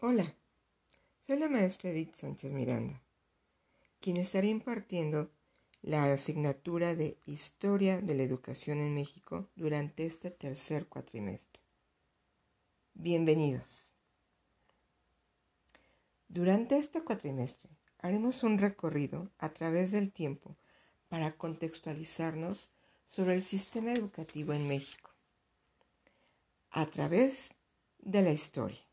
Hola, soy la maestra Edith Sánchez Miranda, quien estará impartiendo la asignatura de Historia de la Educación en México durante este tercer cuatrimestre. Bienvenidos. Durante este cuatrimestre haremos un recorrido a través del tiempo para contextualizarnos sobre el sistema educativo en México, a través de la historia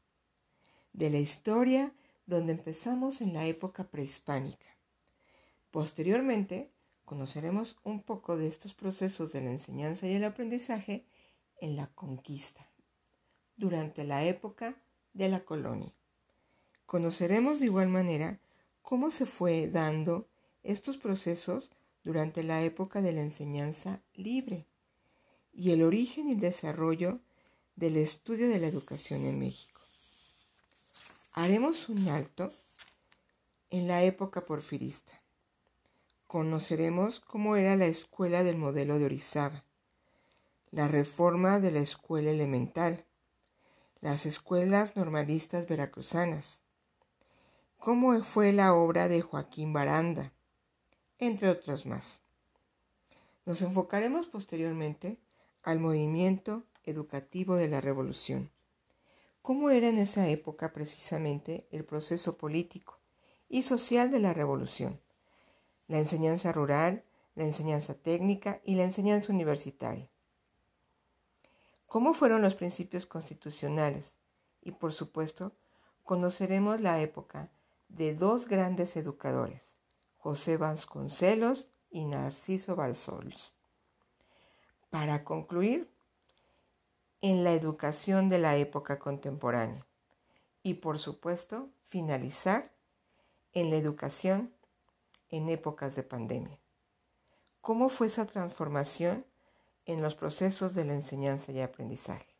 donde empezamos en la época prehispánica. Posteriormente, conoceremos un poco de estos procesos de la enseñanza y el aprendizaje en la conquista, durante la época de la colonia. Conoceremos de igual manera cómo se fue dando estos procesos durante la época de la enseñanza libre y el origen y desarrollo del estudio de la educación en México. Haremos un alto en la época porfirista. Conoceremos cómo era la escuela del modelo de Orizaba, la reforma de la escuela elemental, las escuelas normalistas veracruzanas, cómo fue la obra de Joaquín Baranda, entre otros más. Nos enfocaremos posteriormente al movimiento educativo de la Revolución. ¿Cómo era en esa época precisamente el proceso político y social de la Revolución? La enseñanza rural, la enseñanza técnica y la enseñanza universitaria. ¿Cómo fueron los principios constitucionales? Y por supuesto, conoceremos la época de dos grandes educadores, José Vasconcelos y Narciso Balsols. Para concluir, en la educación de la época contemporánea. Y por supuesto, finalizar en la educación en épocas de pandemia. ¿Cómo fue esa transformación en los procesos de la enseñanza y aprendizaje?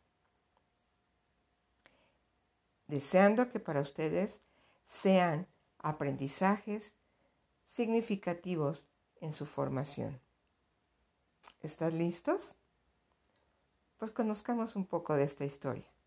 Deseando que para ustedes sean aprendizajes significativos en su formación. ¿Están listos? Pues conozcamos un poco de esta historia.